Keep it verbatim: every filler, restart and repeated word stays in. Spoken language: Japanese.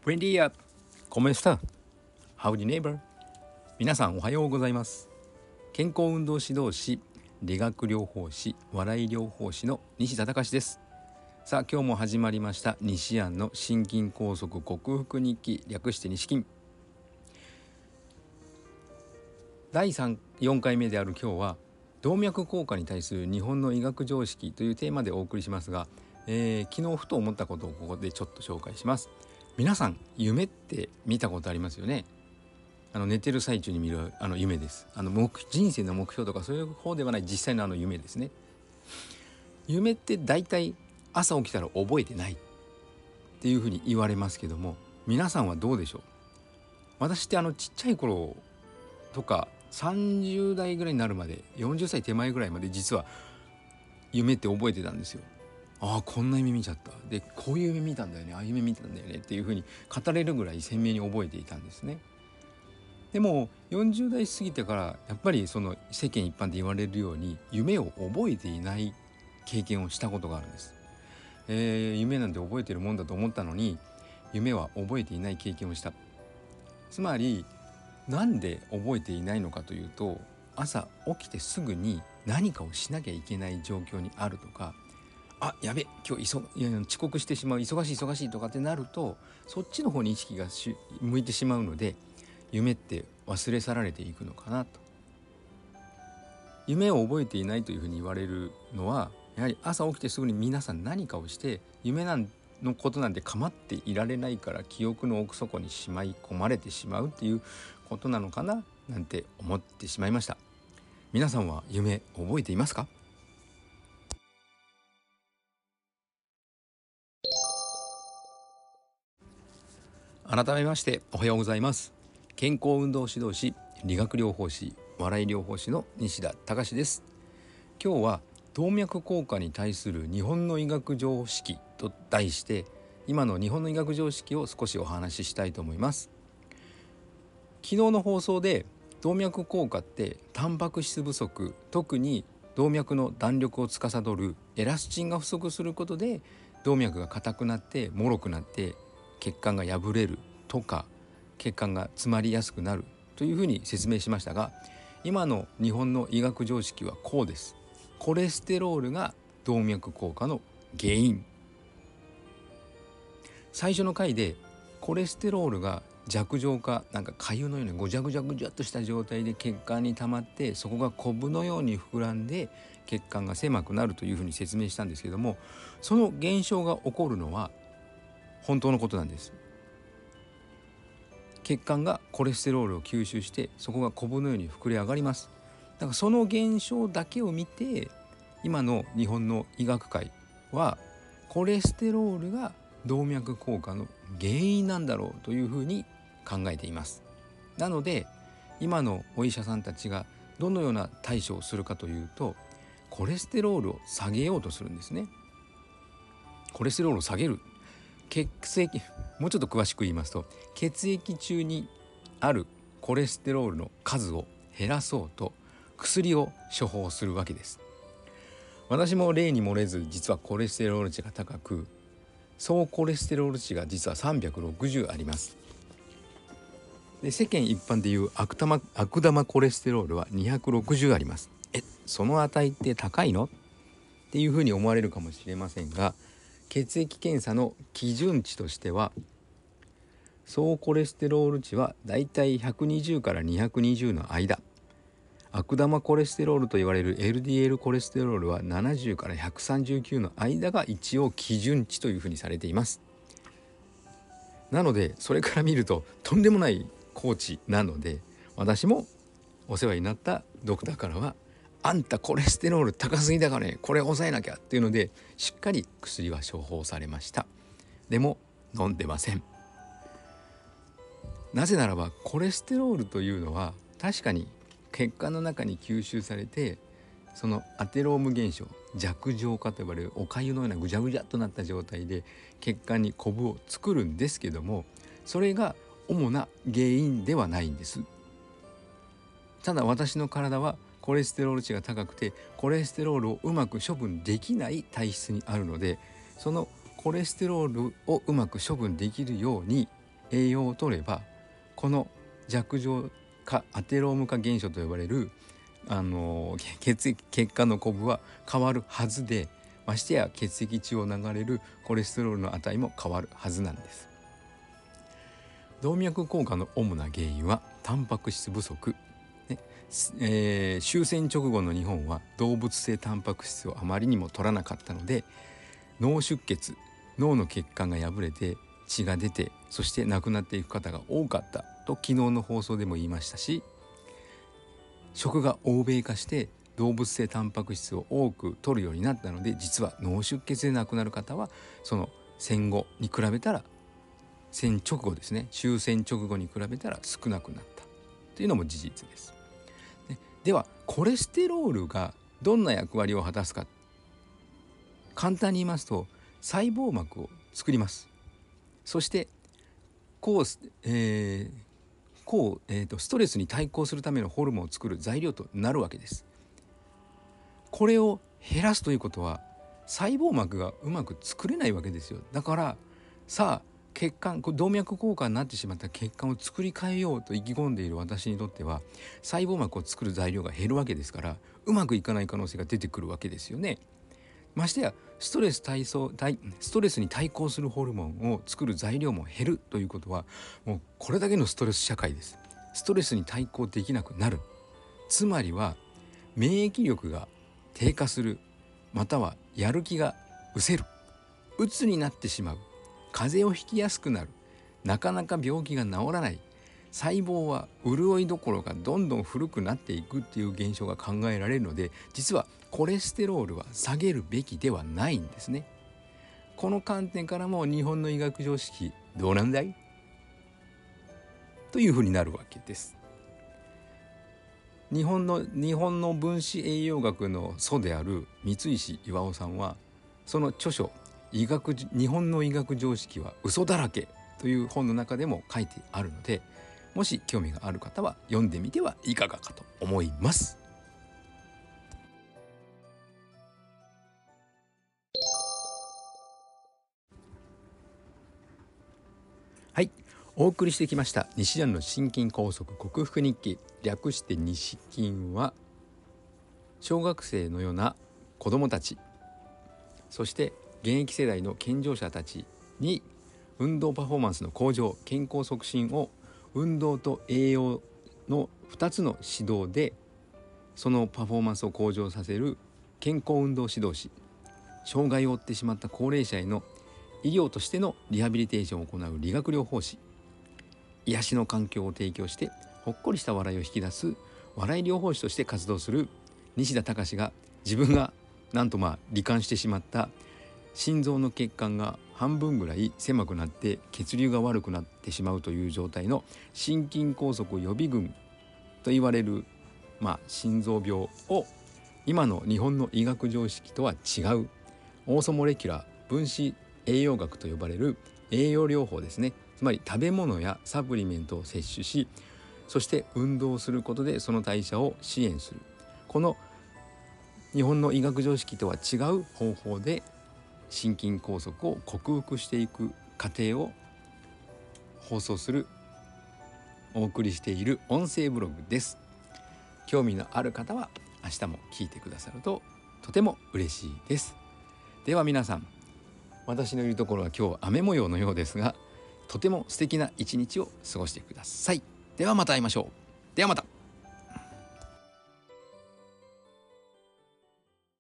Buen día, ¿cómo está? Howdy neighbor? 皆さんおはようございます。健康運動指導士、理学療法士、笑い療法士の西田隆です。さあ今日も始まりました西安の心筋梗塞克服日記、略して西筋。だいさん、よんかいめである今日は動脈硬化に対する日本の医学常識というテーマでお送りしますが、えー、昨日ふと思ったことをここでちょっと紹介します。皆さん夢って見たことありますよね。あの寝てる最中に見るあの夢です。あの目人生の目標とかそういう方ではない実際のあの夢ですね。夢って大体朝起きたら覚えてないっていうふうに言われますけども、皆さんはどうでしょう。私ってあのちっちゃい頃とかさんじゅう代ぐらいになるまで、よんじゅっさい手前ぐらいまで実は夢って覚えてたんですよ。ああこんな夢見ちゃった、でこういう夢見たんだよね、ああいう夢見たんだよねっていうふうに語れるぐらい鮮明に覚えていたんですね。でもよんじゅう代過ぎてからやっぱりその世間一般で言われるように夢を覚えていない経験をしたことがあるんです。えー、夢なんて覚えてるもんだと思ったのに夢は覚えていない経験をした。つまりなんで覚えていないのかというと、朝起きてすぐに何かをしなきゃいけない状況にあるとか、あやべ今日急いや遅刻してしまう、忙しい忙しいとかってなるとそっちの方に意識がし向いてしまうので、夢って忘れ去られていくのかなと。夢を覚えていないというふうに言われるのは、やはり朝起きてすぐに皆さん何かをして夢なんのことなんて構っていられないから記憶の奥底にしまい込まれてしまうっていうことなのかななんて思ってしまいました。皆さんは夢覚えていますか？改めましておはようございます。健康運動指導士、理学療法士、笑い療法士の西田隆です。今日は動脈硬化に対する日本の医学常識と題して、今の日本の医学常識を少しお話ししたいと思います。昨日の放送で動脈硬化ってタンパク質不足、特に動脈の弾力を司るエラスチンが不足することで動脈が硬くなって脆くなって血管が破れるとか血管が詰まりやすくなるというふうに説明しましたが、今の日本の医学常識はこうです。コレステロールが動脈硬化の原因。最初の回でコレステロールが弱状化、なんか粥のようにごじゃぐじゃぐじゃっとした状態で血管に溜まって、そこがコブのように膨らんで血管が狭くなるというふうに説明したんですけども、その現象が起こるのは本当のことなんです。血管がコレステロールを吸収してそこがコブのように膨れ上がります。だからその現象だけを見て、今の日本の医学界はコレステロールが動脈硬化の原因なんだろうというふうに考えています。なので今のお医者さんたちがどのような対処をするかというと、コレステロールを下げようとするんですね。コレステロールを下げる、血液、もうちょっと詳しく言いますと、血液中にあるコレステロールの数を減らそうと薬を処方するわけです。私も例に漏れず実はコレステロール値が高く、総コレステロール値が実はさんびゃくろくじゅうあります。で世間一般でいう悪玉、悪玉コレステロールはにひゃくろくじゅうあります。えその値って高いのっていうふうに思われるかもしれませんが、血液検査の基準値としては総コレステロール値はだいたいひゃくにじゅうからにひゃくにじゅうの間、悪玉コレステロールと言われる エルディーエル コレステロールはななじゅうからひゃくさんじゅうきゅうの間が一応基準値というふうにされています。なのでそれから見るととんでもない高値なので、私もお世話になったドクターからは、あんたコレステロール高すぎだからね、これ抑えなきゃっていうのでしっかり薬は処方されました。でも飲んでません。なぜならばコレステロールというのは確かに血管の中に吸収されて、そのアテローム現象、弱状化と呼ばれるお粥のようなぐじゃぐじゃっとなった状態で血管にコブを作るんですけども、それが主な原因ではないんです。ただ私の体はコレステロール値が高くてコレステロールをうまく処分できない体質にあるので、そのコレステロールをうまく処分できるように栄養を取ればこの弱状化アテローム化現象と呼ばれるあの血液血管のコブは変わるはずで、ましてや血液中を流れるコレステロールの値も変わるはずなんです。動脈硬化の主な原因はタンパク質不足、ねえー、終戦直後の日本は動物性タンパク質をあまりにも取らなかったので、脳出血、脳の血管が破れて血が出て、そして亡くなっていく方が多かったと昨日の放送でも言いましたし、食が欧米化して動物性タンパク質を多く摂るようになったので、実は脳出血で亡くなる方はその戦後に比べたら、戦直後ですね、終戦直後に比べたら少なくなったというのも事実です。で、ではコレステロールがどんな役割を果たすか、簡単に言いますと細胞膜を作ります。そして抗、えー抗えーとストレスに対抗するためのホルモンを作る材料となるわけです。これを減らすということは細胞膜がうまく作れないわけですよ。だからさあ血管、動脈硬化になってしまった血管を作り変えようと意気込んでいる私にとっては、細胞膜を作る材料が減るわけですから、うまくいかない可能性が出てくるわけですよね。ましてやストレス対抗ストレスに対抗するホルモンを作る材料も減るということは、もうこれだけのストレス社会です。ストレスに対抗できなくなる、つまりは免疫力が低下する、またはやる気が失せる、鬱になってしまう、風邪をひきやすくなる、なかなか病気が治らない、細胞は潤いどころかどんどん古くなっていくっていう現象が考えられるので、実はコレステロールは下げるべきではないんですね。この観点からも日本の医学常識どうなんだいというふうになるわけです。日本の日本の分子栄養学の祖である三石巌さんは、その著書医学日本の医学常識は嘘だらけという本の中でも書いてあるので、もし興味がある方は読んでみてはいかがかと思います。はい、お送りしてきました西安の心筋梗塞克服日記、略して西筋は、小学生のような子どもたち、そして現役世代の健常者たちに運動パフォーマンスの向上、健康促進を運動と栄養のふたつの指導でそのパフォーマンスを向上させる健康運動指導士、障害を負ってしまった高齢者への医療としてのリハビリテーションを行う理学療法士、癒しの環境を提供してほっこりした笑いを引き出す笑い療法士として活動する西田隆が、自分がなんとまあ罹患してしまった心臓の血管が半分ぐらい狭くなって血流が悪くなってしまうという状態の心筋梗塞予備群と言われる、まあ、心臓病を今の日本の医学常識とは違うオーソモレキュラー分子栄養学と呼ばれる栄養療法ですね。つまり食べ物やサプリメントを摂取し、そして運動をすることでその代謝を支援する、この日本の医学常識とは違う方法で心筋梗塞を克服していく過程を放送する、お送りしている音声ブログです。興味のある方は明日も聞いてくださるととても嬉しいです。では皆さん、私のいるところは今日雨模様のようですが、とても素敵な一日を過ごしてください。ではまた会いましょう。ではまた。